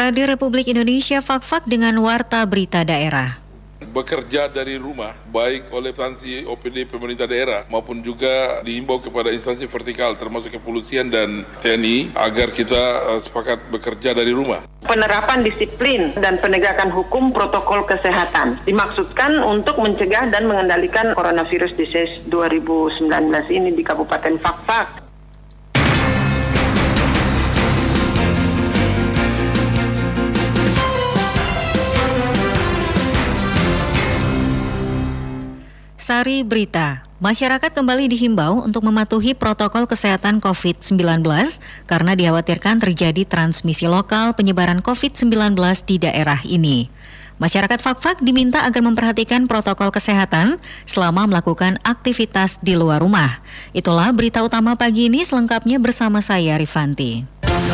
Radio Republik Indonesia Fak-Fak dengan Warta Berita Daerah. Bekerja dari rumah, baik oleh instansi OPD pemerintah daerah maupun juga dihimbau kepada instansi vertikal termasuk kepolisian dan TNI agar kita sepakat bekerja dari rumah. Penerapan disiplin dan penegakan hukum protokol kesehatan dimaksudkan untuk mencegah dan mengendalikan coronavirus disease 2019 ini di Kabupaten Fak-Fak. Sari Berita, masyarakat kembali dihimbau untuk mematuhi protokol kesehatan COVID-19 karena dikhawatirkan terjadi transmisi lokal penyebaran COVID-19 di daerah ini. Masyarakat Fak-Fak diminta agar memperhatikan protokol kesehatan selama melakukan aktivitas di luar rumah. Itulah berita utama pagi ini, selengkapnya bersama saya Rifanti.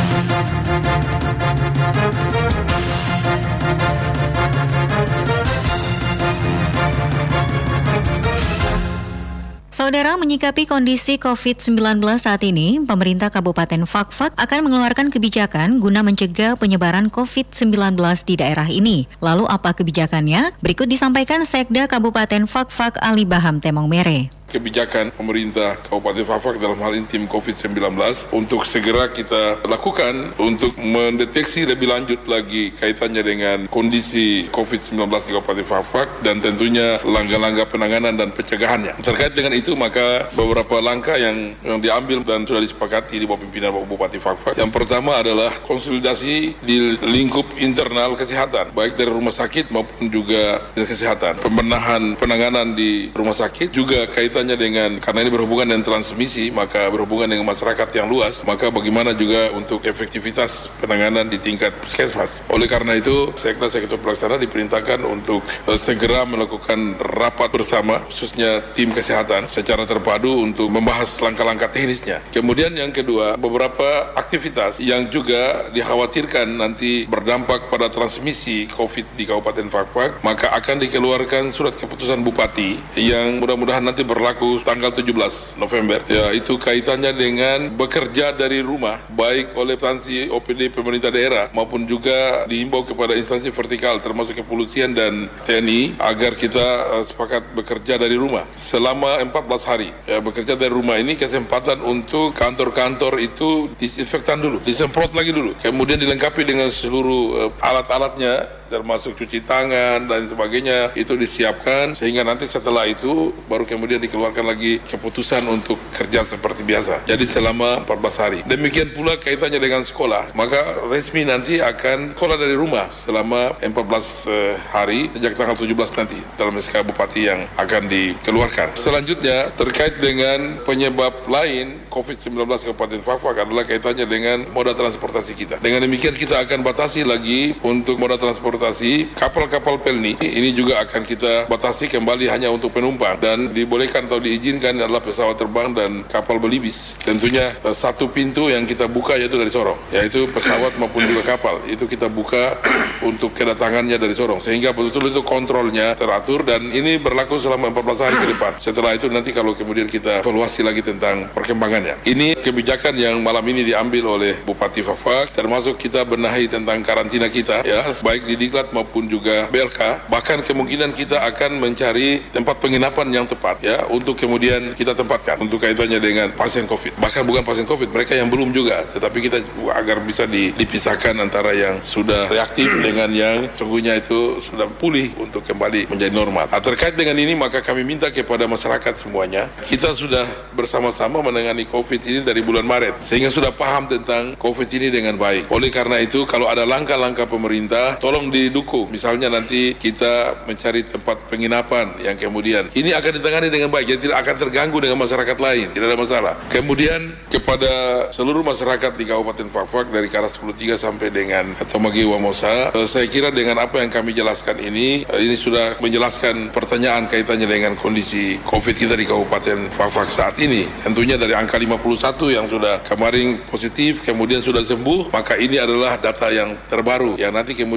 Saudara, menyikapi kondisi COVID-19 saat ini, pemerintah Kabupaten Fak-Fak akan mengeluarkan kebijakan guna mencegah penyebaran COVID-19 di daerah ini. Lalu apa kebijakannya? Berikut disampaikan Sekda Kabupaten Fak-Fak Ali Baham Temong Mere. Kebijakan pemerintah Kabupaten Fak-Fak dalam hal ini tim COVID-19 untuk segera kita lakukan untuk mendeteksi lebih lanjut lagi kaitannya dengan kondisi COVID-19 di Kabupaten Fak-Fak dan tentunya langkah-langkah penanganan dan pencegahannya. Terkait dengan itu maka beberapa langkah yang diambil dan sudah disepakati di bawah pimpinan Bapak Bupati Fak-Fak. Yang pertama adalah konsolidasi di lingkup internal kesehatan, baik dari rumah sakit maupun juga kesehatan. Pembenahan penanganan di rumah sakit juga kaitannya dengan, karena ini berhubungan dengan transmisi, maka berhubungan dengan masyarakat yang luas, maka bagaimana juga untuk efektivitas penanganan di tingkat puskesmas. Oleh karena itu, Sekda Sektor Pelaksana diperintahkan untuk segera melakukan rapat bersama, khususnya tim kesehatan, secara terpadu untuk membahas langkah-langkah teknisnya. Kemudian yang kedua, beberapa aktivitas yang juga dikhawatirkan nanti berdampak pada transmisi COVID di Kabupaten Fak-Fak, maka akan dikeluarkan surat keputusan Bupati yang mudah-mudahan nanti berlaku tanggal 17 November. Ya, itu kaitannya dengan bekerja dari rumah, baik oleh instansi OPD pemerintah daerah maupun juga dihimbau kepada instansi vertikal termasuk kepolisian dan TNI agar kita sepakat bekerja dari rumah selama 14 hari. Ya, bekerja dari rumah ini kesempatan untuk kantor-kantor itu disinfektan dulu, disemprot lagi dulu, kemudian dilengkapi dengan seluruh alat-alatnya termasuk cuci tangan dan sebagainya, itu disiapkan sehingga nanti setelah itu baru kemudian dikeluarkan lagi keputusan untuk kerja seperti biasa. Jadi selama 14 hari. Demikian pula kaitannya dengan sekolah, maka resmi nanti akan sekolah dari rumah selama 14 hari sejak tanggal 17 nanti dalam SK Bupati yang akan dikeluarkan. Selanjutnya terkait dengan penyebab lain COVID-19 Kabupaten Fak-Fak adalah kaitannya dengan moda transportasi kita. Dengan demikian kita akan batasi lagi untuk moda transportasi kapal-kapal pelni. Ini juga akan kita batasi kembali hanya untuk penumpang dan dibolehkan atau diizinkan adalah pesawat terbang dan kapal belibis. Tentunya satu pintu yang kita buka yaitu dari Sorong, yaitu pesawat maupun juga kapal itu kita buka untuk kedatangannya dari Sorong sehingga betul-betul itu kontrolnya teratur dan ini berlaku selama 14 hari ke depan. Setelah itu nanti kalau kemudian kita evaluasi lagi tentang perkembangannya. Ini kebijakan yang malam ini diambil oleh Bupati Fak-Fak, termasuk kita benahi tentang karantina kita ya, baik di Diklat maupun juga BLK. Bahkan kemungkinan kita akan mencari tempat penginapan yang tepat ya untuk kemudian kita tempatkan untuk kaitannya dengan pasien COVID. Bahkan bukan pasien COVID, mereka yang belum juga, tetapi kita agar bisa dipisahkan antara yang sudah reaktif dengan yang sungguhnya itu sudah pulih untuk kembali menjadi normal. Nah, terkait dengan ini maka kami minta kepada masyarakat semuanya, kita sudah bersama-sama menangani COVID ini dari bulan Maret sehingga sudah paham tentang COVID ini dengan baik. Oleh karena itu kalau ada langkah-langkah pemerintah tolong didukung. Misalnya nanti kita mencari tempat penginapan yang kemudian ini akan ditangani dengan baik, jadi tidak akan terganggu dengan masyarakat lain, tidak ada masalah. Kemudian kepada seluruh masyarakat di Kabupaten Fak-Fak dari Karas 10-3 sampai dengan Tomagi Wamosa, saya kira dengan apa yang kami jelaskan ini sudah menjelaskan pertanyaan kaitannya dengan kondisi COVID kita di Kabupaten Fak-Fak saat ini. Tentunya dari angka 51 yang sudah kemarin positif kemudian sudah sembuh, maka ini adalah data yang terbaru yang nanti kemudian data terbaru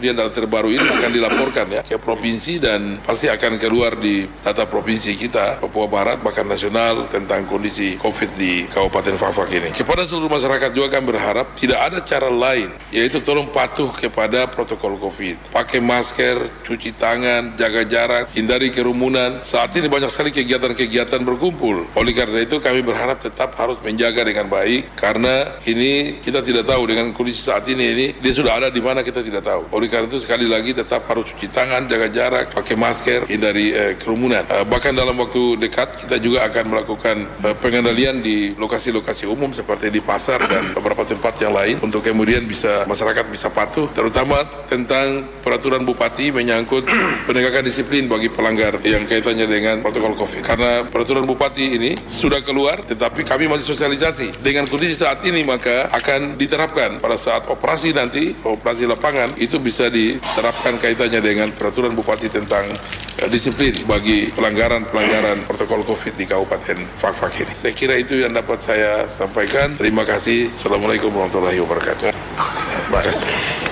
terbaru ini akan dilaporkan ya ke provinsi dan pasti akan keluar di data provinsi kita, Papua Barat, bahkan nasional tentang kondisi COVID di Kabupaten Fak-Fak ini. Kepada seluruh masyarakat juga kami berharap tidak ada cara lain, yaitu tolong patuh kepada protokol COVID. Pakai masker, cuci tangan, jaga jarak, hindari kerumunan. Saat ini banyak sekali kegiatan-kegiatan berkumpul. Oleh karena itu kami berharap tetap harus menjaga dengan baik, karena ini kita tidak tahu dengan kondisi saat ini dia sudah ada di mana kita tidak tahu. Oleh karena itu sekali lagi tetap harus cuci tangan, jaga jarak, pakai masker, hindari kerumunan. Bahkan dalam waktu dekat kita juga akan melakukan pengendalian di lokasi-lokasi umum seperti di pasar dan beberapa tempat yang lain untuk kemudian masyarakat bisa patuh, terutama tentang peraturan Bupati menyangkut penegakan disiplin bagi pelanggar yang kaitannya dengan protokol COVID. Karena peraturan Bupati ini sudah keluar, tetapi kami masih sosialisasi. Dengan kondisi saat ini maka akan diterapkan pada saat operasi nanti, operasi lapangan itu bisa diterapkan kaitannya dengan peraturan Bupati tentang disiplin bagi pelanggaran protokol COVID di Kabupaten Fak-Fak ini. Saya kira itu yang dapat saya sampaikan. Terima kasih. Assalamualaikum warahmatullahi wabarakatuh. Terima kasih.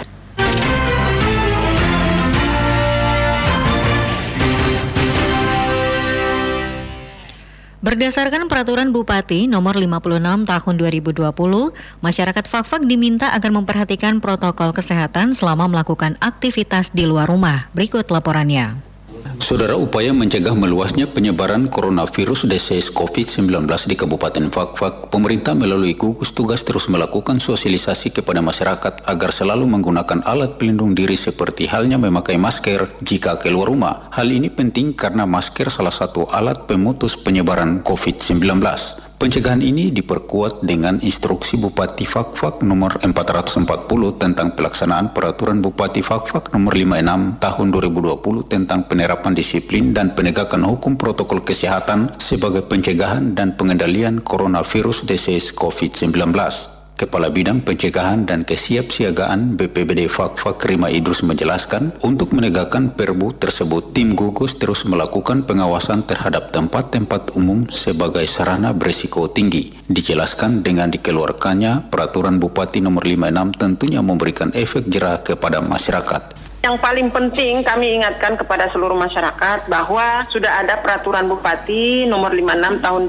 Berdasarkan Peraturan Bupati Nomor 56 Tahun 2020, masyarakat Fak-Fak diminta agar memperhatikan protokol kesehatan selama melakukan aktivitas di luar rumah. Berikut laporannya. Saudara, upaya mencegah meluasnya penyebaran coronavirus disease COVID-19 di Kabupaten Fak-Fak, pemerintah melalui gugus tugas terus melakukan sosialisasi kepada masyarakat agar selalu menggunakan alat pelindung diri seperti halnya memakai masker jika keluar rumah. Hal ini penting karena masker salah satu alat pemutus penyebaran COVID-19. Pencegahan ini diperkuat dengan instruksi Bupati Fak-Fak nomor 440 tentang pelaksanaan Peraturan Bupati Fak-Fak nomor 56 tahun 2020 tentang penerapan disiplin dan penegakan hukum protokol kesehatan sebagai pencegahan dan pengendalian coronavirus disease COVID-19. Kepala Bidang Pencegahan dan Kesiapsiagaan BPBD Fak-Fak Rima Idrus menjelaskan, untuk menegakkan perbu tersebut, tim gugus terus melakukan pengawasan terhadap tempat-tempat umum sebagai sarana berisiko tinggi. Dijelaskan dengan dikeluarkannya Peraturan Bupati Nomor 56 tentunya memberikan efek jera kepada masyarakat. Yang paling penting kami ingatkan kepada seluruh masyarakat bahwa sudah ada Peraturan Bupati Nomor 56 Tahun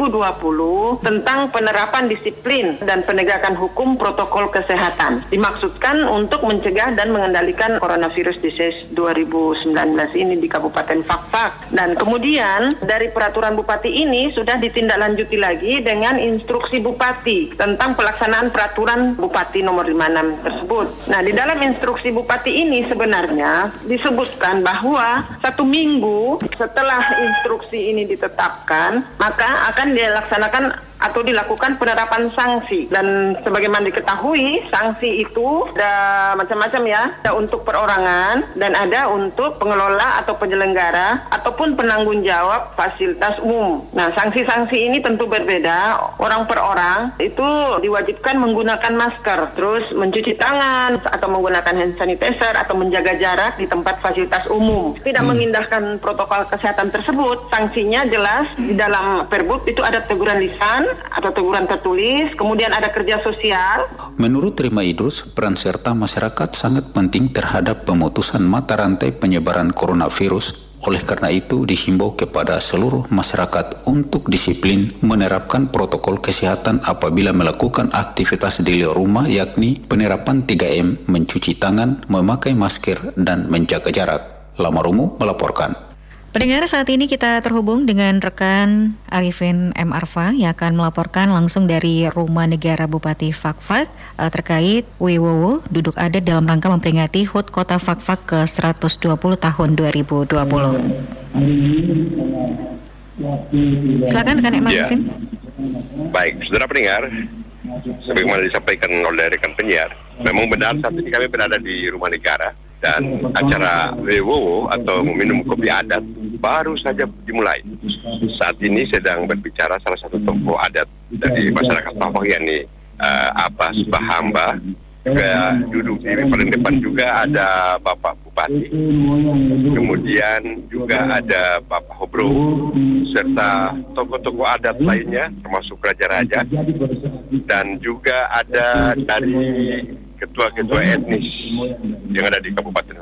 2020 tentang penerapan disiplin dan penegakan hukum protokol kesehatan. Dimaksudkan untuk mencegah dan mengendalikan coronavirus disease 2019 ini di Kabupaten Fak-Fak. Dan kemudian dari Peraturan Bupati ini sudah ditindaklanjuti lagi dengan instruksi Bupati tentang pelaksanaan Peraturan Bupati Nomor 56 tersebut. Nah, di dalam instruksi Bupati ini sebenarnya disebutkan bahwa 1 minggu setelah instruksi ini ditetapkan, maka akan dilaksanakan atau dilakukan penerapan sanksi. Dan sebagaimana diketahui, sanksi itu ada macam-macam ya. Ada untuk perorangan dan ada untuk pengelola atau penyelenggara ataupun penanggung jawab fasilitas umum. Nah, sanksi-sanksi ini tentu berbeda. Orang per orang itu diwajibkan menggunakan masker, terus mencuci tangan atau menggunakan hand sanitizer atau menjaga jarak di tempat fasilitas umum. Tidak mengindahkan protokol kesehatan tersebut, sanksinya jelas di dalam Perbub itu ada teguran lisan atau teguran tertulis, kemudian ada kerja sosial. Menurut Rima Idrus, peran serta masyarakat sangat penting terhadap pemutusan mata rantai penyebaran coronavirus. Oleh karena itu, dihimbau kepada seluruh masyarakat untuk disiplin menerapkan protokol kesehatan apabila melakukan aktivitas di luar rumah, yakni penerapan 3M, mencuci tangan, memakai masker, dan menjaga jarak. Lamarumu melaporkan. Pendengar, saat ini kita terhubung dengan rekan Arifin M. Arfa yang akan melaporkan langsung dari Rumah Negara Bupati Fak-Fak terkait Wiwowo duduk adat dalam rangka memperingati HUT Kota Fak-Fak ke-120 tahun 2020. Silakan rekan M. Arifin. Baik, saudara pendengar, sebagaimana disampaikan oleh rekan penyiar, memang benar saat ini kami berada di Rumah Negara dan acara Wiwowo atau meminum kopi adat baru saja dimulai. Saat ini sedang berbicara salah satu tokoh adat dari masyarakat Fak-Fak, yakni Abbas Bahamba. Juga duduk di paling depan juga ada Bapak Bupati, kemudian juga ada Bapak Hobro, serta tokoh-tokoh adat lainnya termasuk raja-raja, dan juga ada dari ketua-ketua etnis yang ada di Kabupaten Fak-Fak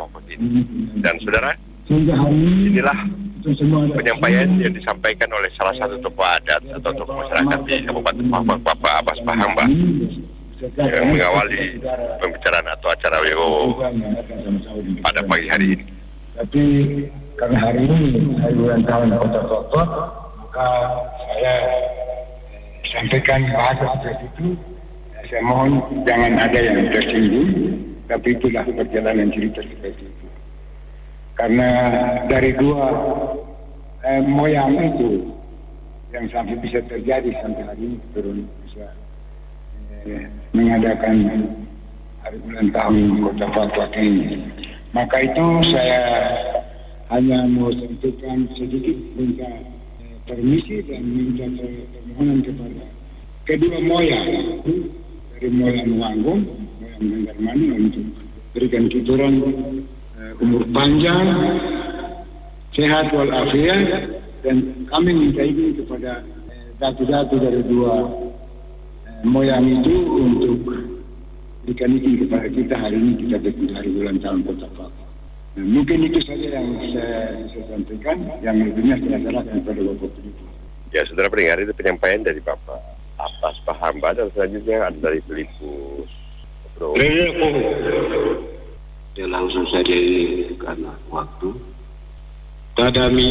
Dan saudara, inilah penyampaian yang disampaikan oleh salah satu tokoh adat atau tokoh masyarakat di Kabupaten Fak-Fak, Bapak Abbas Pahamba, yang mengawali pembicaraan atau acara WO pada pagi hari ini. Tapi karena hari ini hari ulang tahun Kota Fak-Fak, maka saya sampaikan bahasa seperti itu. Saya mohon jangan ada yang tersinggung, tapi itulah perjalanan cerita seperti itu. Karena dari dua moyang itu yang sampai bisa terjadi sampai hari ini turun bisa mengadakan hari ulang tahun Kota Fak-Fak ini. Maka itu saya hanya mau sampaikan sedikit, minta permisi dan minta permohonan kepada kedua moyang, dari moyang Wanggung, moyang Banjarmani, untuk berikan tuturan umur panjang, sehat walafiat, dan kami minta izin kepada datu-datu dari dua moyang itu untuk berikan izin kepada kita hari ini kita bikin hari ulang tahun Kota Fak-Fak. Nah, mungkin itu saja yang saya sampaikan, yang lebihnya saya serahkan kepada Bapak Pelipus. Ya, saudara pendengar, itu penyampaian dari Bapak Abbas Pahamba, dan selanjutnya ada dari Pelipus. Bro. Ya, langsung saja ini karena waktu. Tadami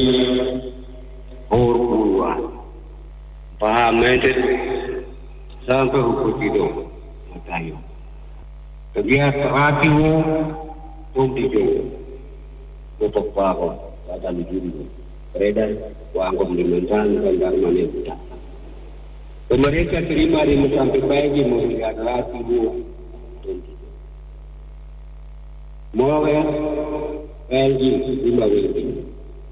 horkuan paham itu sampai hukum itu matayo. Kegiatan hatimu untuk Bapak Paham tadami dulu. Beredar wangkom dimentan dan manita. Mereka terima di sampai pagi melihat hatimu. Mulai LG 5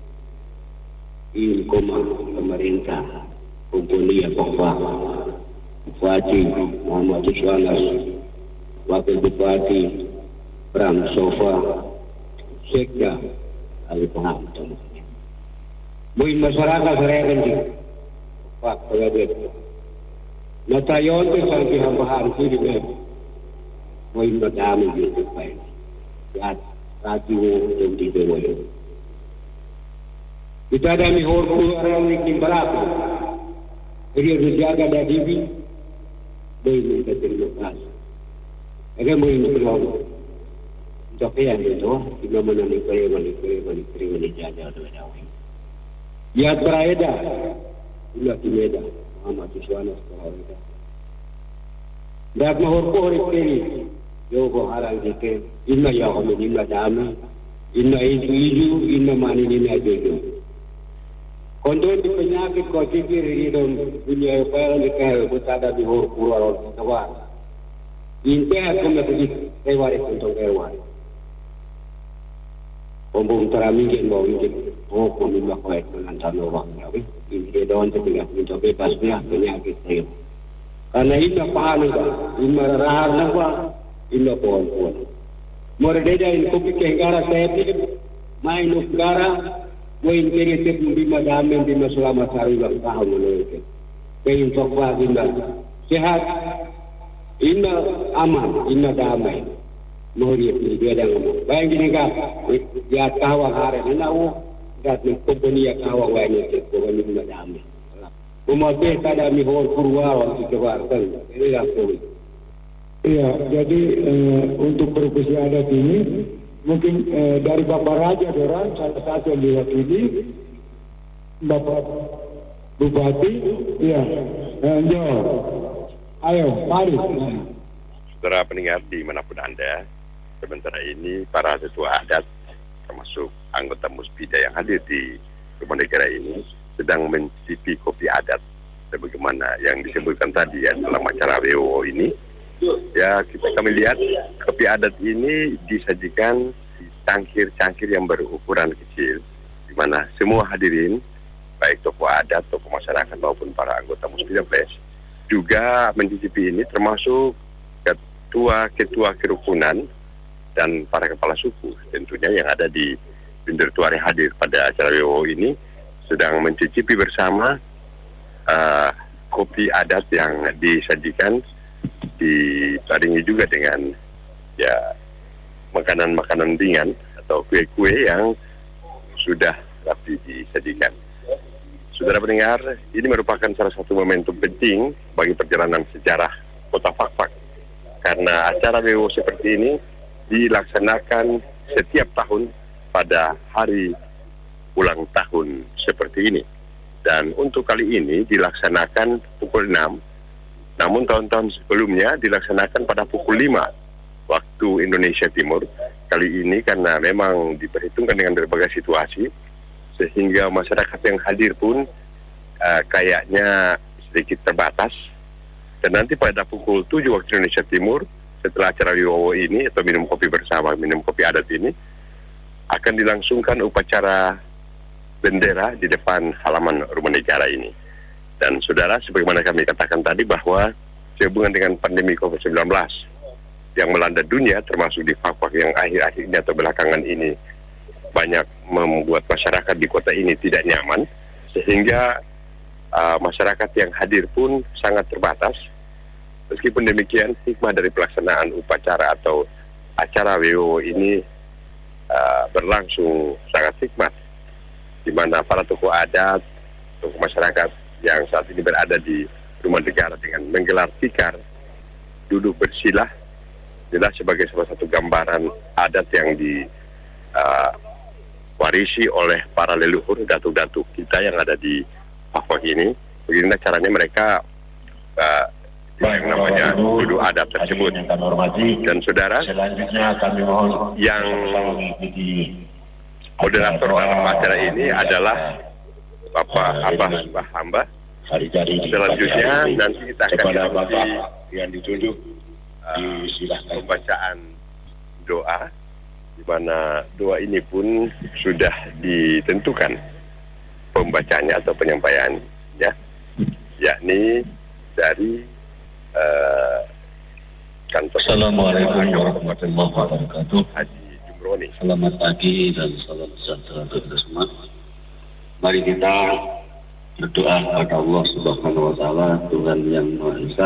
ini komando pemerintah Kumpulia Fak-Fak, Bupati Muhammad Iswanas, Wakil Bupati Pram Sofa, Sekda Ali Paham. Buin masyarakat serempet di Pak Pegawai. Natayon itu sampai hambahan sini memang. Buin madami gitu Pak. Ya, tadi untuk didewayo. Kita ada mihor orang yang berapa. Jadi menjaga dari boleh minta terima kasih. Ada boleh minta untuk yang itu, kita menanam kaya jaga atau ya teraida, ulah timeda, Muhammad Iswanas teraida. Dak mahor ini. Yo halang dike inna ya kami inna dami inna itu inna mani inna jojo kondo di penyakit ko tikir ridon dunia apa yang dikaya betada di hor pura tawa inte akan menjadi tewari untuk tewari ombong teramingin mau ini kami makwet menantam orang ya ini don tidak minta bebasnya penyakit saya karena inna pahalu inna rahar napa illa pohon-pohon. Mordeda in kopi kenggara saya main negara, main kiri bima damai bima selama sehari lang tahun menurut. Kain Fak-Fak indah sehat, indah aman, indah damai. Mori dia dah ngomong. Bayang gini kah? Ya kawan hari ini nahu dat komponi ya kawan wajib komponi bima damai. Umatnya kada mihor kurwa untuk kewartan. Ini lah tu. Iya, jadi untuk profesi adat ini mungkin dari Bapak Raja Doran salah satu yang diwakili, Bapak Bupati, iya, ayo, mari. Saudara pendengar dimanapun Anda, sementara ini para tetua adat, termasuk anggota Muspida yang hadir di rumah negara ini, sedang mencicipi kopi adat, sebagaimana yang disebutkan tadi ya dalam acara WO ini. Ya, kami lihat kopi adat ini disajikan di cangkir-cangkir yang berukuran kecil, di mana semua hadirin, baik tokoh adat, tokoh masyarakat maupun para anggota Muspida Flash, juga mencicipi ini, termasuk ketua kerukunan dan para kepala suku tentunya yang ada di Bender Tuare hadir pada acara WO ini, sedang mencicipi bersama kopi adat yang disajikan, dibarengi juga dengan ya makanan-makanan ringan atau kue-kue yang sudah rapi disajikan. Saudara pendengar, ini merupakan salah satu momentum penting bagi perjalanan sejarah Kota Fakfak, karena acara WO seperti ini dilaksanakan setiap tahun pada hari ulang tahun seperti ini. Dan untuk kali ini dilaksanakan pukul 6, namun tahun-tahun sebelumnya dilaksanakan pada pukul 5 waktu Indonesia Timur. Kali ini karena memang diperhitungkan dengan berbagai situasi, sehingga masyarakat yang hadir pun kayaknya sedikit terbatas. Dan nanti pada pukul 7 waktu Indonesia Timur, setelah acara WO ini atau minum kopi bersama, minum kopi adat ini, akan dilangsungkan upacara bendera di depan halaman rumah negara ini. Dan saudara, sebagaimana kami katakan tadi bahwa sehubungan dengan pandemi COVID-19 yang melanda dunia, termasuk di Fakfak yang akhir-akhir ini atau belakangan ini banyak membuat masyarakat di kota ini tidak nyaman, sehingga masyarakat yang hadir pun sangat terbatas. Meskipun demikian, hikmah dari pelaksanaan upacara atau acara WO ini berlangsung sangat hikmat, di mana para tokoh adat, tokoh masyarakat yang saat ini berada di rumah negara dengan menggelar tikar, duduk bersilah, jelas sebagai salah satu gambaran adat yang diwarisi oleh para leluhur datuk-datuk kita yang ada di Fakfak ini. Beginilah caranya mereka yang namanya duduk adat tersebut. Dan saudara, selanjutnya kami mohon yang moderator dalam acara ini adalah Bapak Abbas Bahamba. Selanjutnya nanti kita akan diikuti yang ditunjuk pembacaan doa, di mana doa ini pun sudah ditentukan pembacanya atau penyampaiannya, yakni dari kantor. Assalamualaikum warahmatullahi wabarakatuh. Haji Jumroni. Selamat pagi dan salam sejahtera untuk kita semua. Mari kita berdoa kepada Allah Subhanahu wa Ta'ala, Tuhan yang Maha Esa,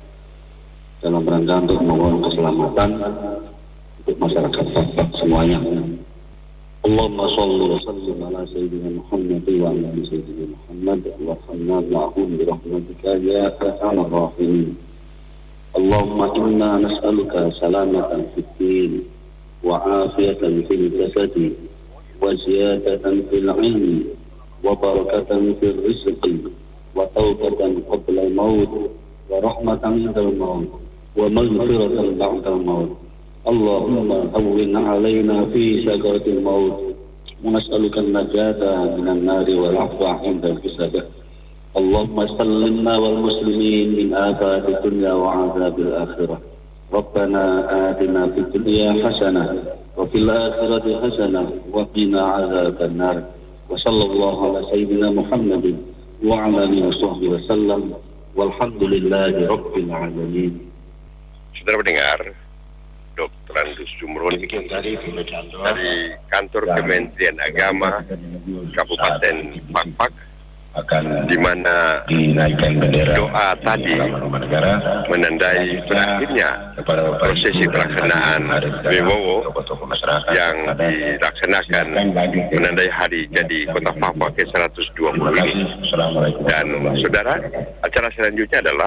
dalam rangka untuk memohon keselamatan untuk masyarakat Fakfak semuanya. Allahumma shalli wa sallim ala sayyidina Muhammad wa ala ali sayyidina Muhammad wa sallim ma'hum bi rahmatika ya arhamar rahimin. Allahumma inna nas'aluka salamatan fid din wa afiyatan fil jasadi wa ziyadatan fil ilmi wa barakatan fil rizqi wa tawbatan qabla al-maut wa rahmatan indal maut wa maghfiratan ba'dal maut. Allahumma hawwin 'alaina fi sakaratil maut wa nas'aluka an-najata minan nari wal 'afwa 'inda al-hisab. Allahumma sallimna wal muslimin min afati dunya wa 'adzabil akhirah. Rabbana atina fid dunya hasanah wa fil akhirati hasanah wa qina 'adzaban nar. Wa sallallahu ala sayyidina Muhammadin wa ala alihi wa sahbihi wa sallam walhamdulillahi rabbil alamin. Saudara pendengar, Dr. Andus Jumroni dari kantor Kementerian Agama Kabupaten Fakfak, di mana doa tadi menandai berakhirnya prosesi pelaksanaan WO yang dilaksanakan menandai hari jadi Kota Fakfak ke-120 ini. Dan saudara, acara selanjutnya adalah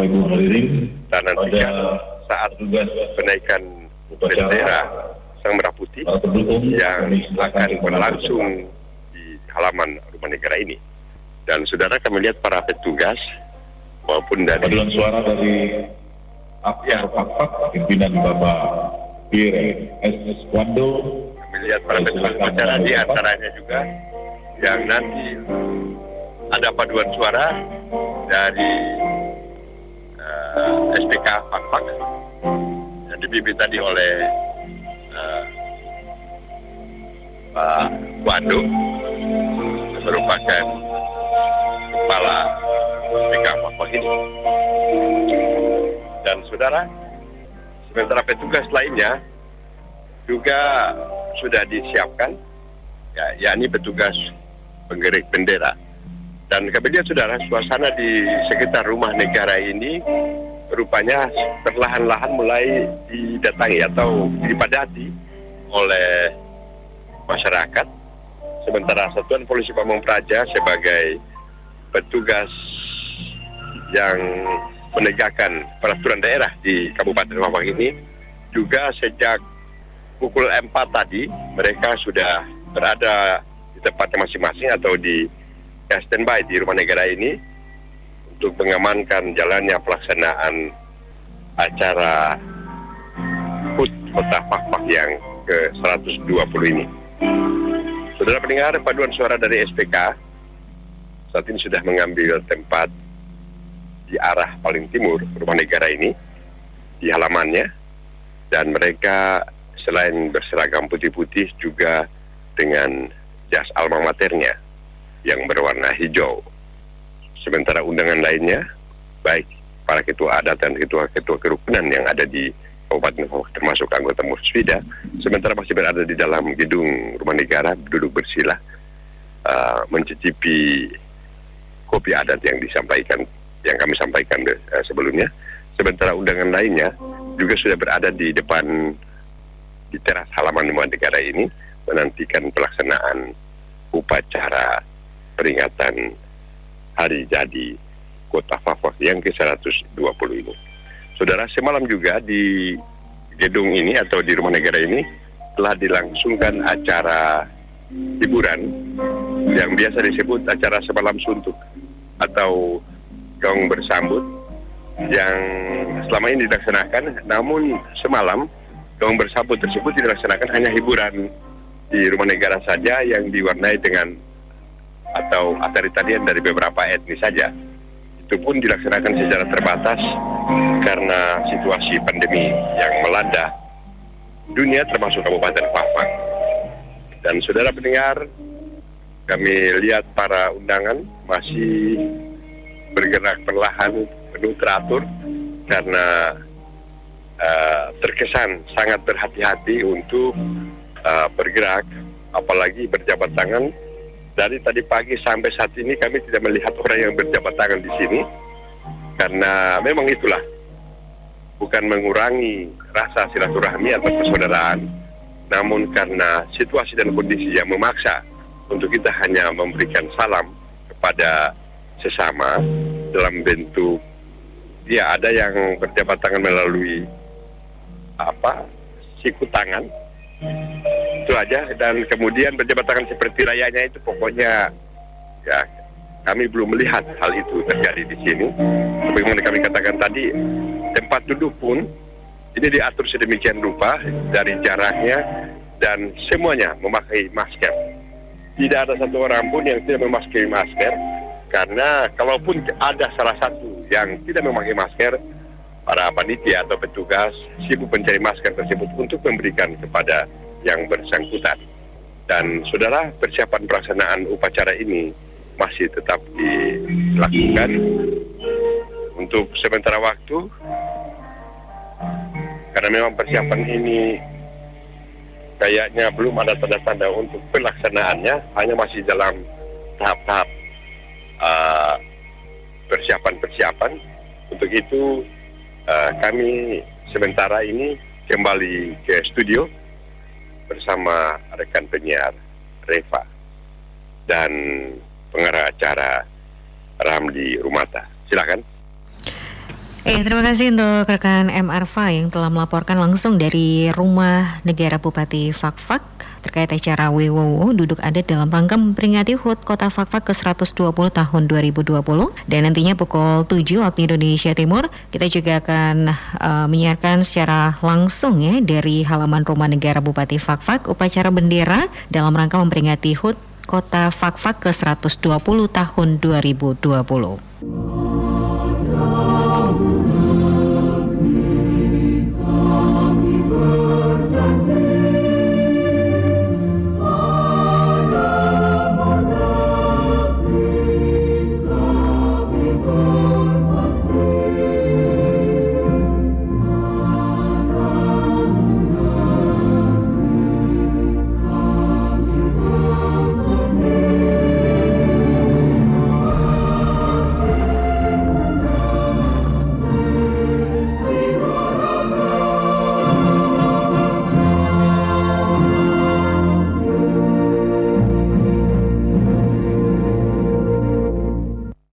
nantikan saat penaikan bendera Sang Merah Putih yang akan berlangsung di halaman rumah negara ini. Dan saudara, kami lihat para petugas maupun dari paduan suara dari Fakfak, pimpinan Bapak Bir SS Wando. Kami lihat para petugas acara, di antaranya juga yang nanti ada paduan suara dari SPK Fakfak yang dipimpin tadi oleh Pak Wando, yang merupakan kepala SPK Fakfak ini. Dan saudara, sementara petugas lainnya juga sudah disiapkan, yakni petugas penggerik bendera. Dan kami lihat saudara, suasana di sekitar rumah negara ini rupanya perlahan-lahan mulai didatangi atau dipadati oleh masyarakat, sementara Satuan Polisi Pamong Praja sebagai petugas yang menegakkan peraturan daerah di Kabupaten Fak-Fak ini juga sejak pukul 4 tadi mereka sudah berada di tempatnya masing-masing atau di standby di Rumah Negara ini untuk mengamankan jalannya pelaksanaan acara HUT Kota Fak-Fak yang ke-120 ini. Saudara pendengar, paduan suara dari SPK saat ini sudah mengambil tempat di arah paling timur Rumah Negara ini, di halamannya, dan mereka selain berseragam putih-putih juga dengan jas alma maternya yang berwarna hijau. Sementara undangan lainnya, baik para ketua adat dan ketua-ketua kerukunan yang ada di Kabupaten Fak-Fak termasuk anggota Musfida, sementara masih berada di dalam gedung Rumah Negara, duduk bersila, mencicipi kopi adat yang kami sampaikan sebelumnya. Sementara undangan lainnya juga sudah berada di depan di teras halaman Rumah Negara ini menantikan pelaksanaan upacara peringatan hari jadi Kota Fak-Fak yang ke-120 ini. Saudara, semalam juga di gedung ini atau di Rumah Negara ini telah dilangsungkan acara hiburan yang biasa disebut acara semalam suntuk atau gong bersambut yang selama ini dilaksanakan, namun semalam gong bersambut tersebut dilaksanakan hanya hiburan di Rumah Negara saja yang diwarnai dengan atau tarian dari beberapa etnis saja. Itu pun dilaksanakan secara terbatas karena situasi pandemi yang melanda dunia termasuk Kabupaten Fak-Fak. Dan saudara pendengar, kami lihat para undangan masih bergerak perlahan, penuh teratur karena terkesan sangat berhati-hati untuk bergerak, apalagi berjabat tangan. Dari tadi pagi sampai saat ini kami tidak melihat orang yang berjabat tangan di sini karena memang itulah bukan mengurangi rasa silaturahmi atau persaudaraan, namun karena situasi dan kondisi yang memaksa untuk kita hanya memberikan salam kepada sesama dalam bentuk ada yang berjabat tangan melalui siku tangan, itu aja, dan kemudian berjabat tangan seperti rayanya itu pokoknya ya kami belum melihat hal itu terjadi di sini. Sebagaimana kami katakan tadi, tempat duduk pun ini diatur sedemikian rupa dari jaraknya dan semuanya memakai masker. Tidak ada satu orang pun yang tidak memakai masker, karena kalaupun ada salah satu yang tidak memakai masker, para panitia atau petugas sibuk mencari masker tersebut untuk memberikan kepada yang bersangkutan. Dan saudara, persiapan pelaksanaan upacara ini masih tetap dilakukan untuk sementara waktu, karena memang persiapan ini kayaknya belum ada tanda-tanda untuk pelaksanaannya, hanya masih dalam tahap-tahap persiapan-persiapan. Untuk itu kami sementara ini kembali ke studio bersama rekan penyiar Reva dan pengarah acara Ramli Rumata. Silakan. Terima kasih untuk rekan MRFA yang telah melaporkan langsung dari Rumah Negara Bupati Fak-Fak terkait acara Wewowo duduk adat dalam rangka memperingati HUT Kota Fak-Fak ke-120 tahun 2020. Dan nantinya pukul 7 waktu Indonesia Timur kita juga akan menyiarkan secara langsung ya dari halaman Rumah Negara Bupati Fak-Fak upacara bendera dalam rangka memperingati HUT Kota Fak-Fak ke-120 tahun 2020.